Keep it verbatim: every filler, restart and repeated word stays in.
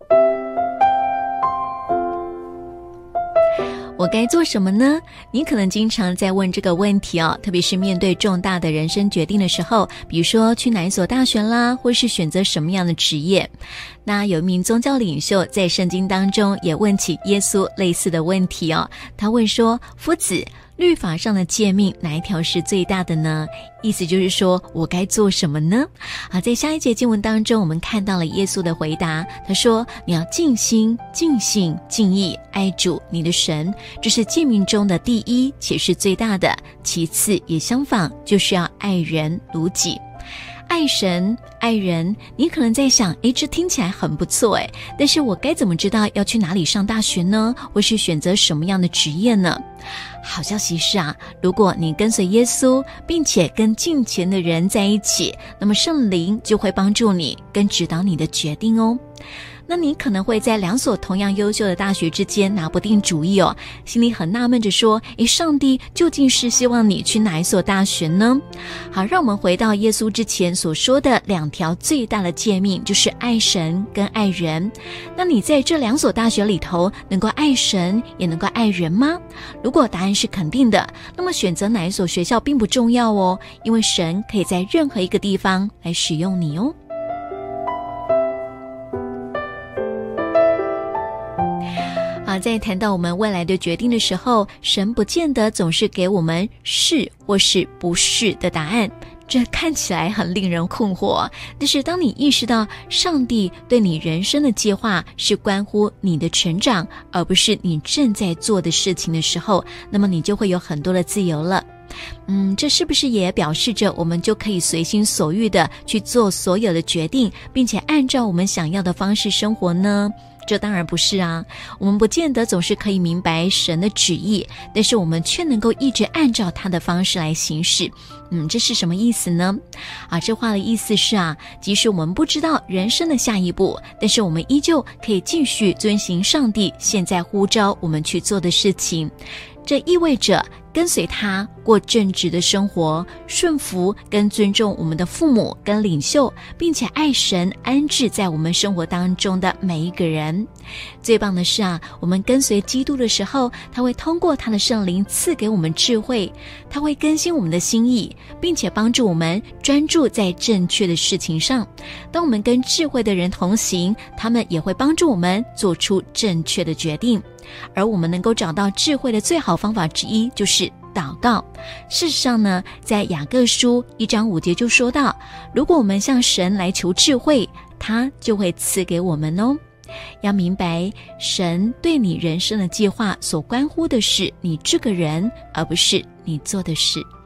我该做什么呢？你可能经常在问这个问题哦，特别是面对重大的人生决定的时候，比如说去哪一所大学啦，或是选择什么样的职业。那有一名宗教领袖在圣经当中也问起耶稣类似的问题哦，他问说：夫子，律法上的诫命哪一条是最大的呢？意思就是说我该做什么呢？好，在下一节经文当中，我们看到了耶稣的回答，他说：你要尽心、尽性、尽意爱主你的神，这是诫命中的第一，且是最大的，其次也相仿，就是要爱人如己。爱神爱人，你可能在想，诶，这听起来很不错诶，但是我该怎么知道要去哪里上大学呢？或是选择什么样的职业呢？好消息是啊，如果你跟随耶稣，并且跟敬虔的人在一起，那么圣灵就会帮助你跟指导你的决定哦。那你可能会在两所同样优秀的大学之间拿不定主意哦，心里很纳闷着说，诶，上帝究竟是希望你去哪一所大学呢？好，让我们回到耶稣之前所说的两条最大的诫命，就是爱神跟爱人。那你在这两所大学里头能够爱神也能够爱人吗？如果答案是肯定的，那么选择哪一所学校并不重要哦，因为神可以在任何一个地方来使用你哦。啊，在谈到我们未来的决定的时候，神不见得总是给我们是或是不是的答案，这看起来很令人困惑。但是当你意识到上帝对你人生的计划是关乎你的成长，而不是你正在做的事情的时候，那么你就会有很多的自由了。嗯，这是不是也表示着我们就可以随心所欲的去做所有的决定，并且按照我们想要的方式生活呢？这当然不是啊，我们不见得总是可以明白神的旨意，但是我们却能够一直按照他的方式来行事。嗯，这是什么意思呢？啊，这话的意思是啊，即使我们不知道人生的下一步，但是我们依旧可以继续遵行上帝现在呼召我们去做的事情。这意味着跟随他过正直的生活，顺服跟尊重我们的父母跟领袖，并且爱神安置在我们生活当中的每一个人。最棒的是啊，我们跟随基督的时候，他会通过他的圣灵赐给我们智慧，他会更新我们的心意，并且帮助我们专注在正确的事情上。当我们跟智慧的人同行，他们也会帮助我们做出正确的决定。而我们能够找到智慧的最好方法之一就是祷告。事实上呢，在雅各书一章五节就说到，如果我们向神来求智慧，他就会赐给我们哦。要明白，神对你人生的计划所关乎的是你这个人，而不是你做的事。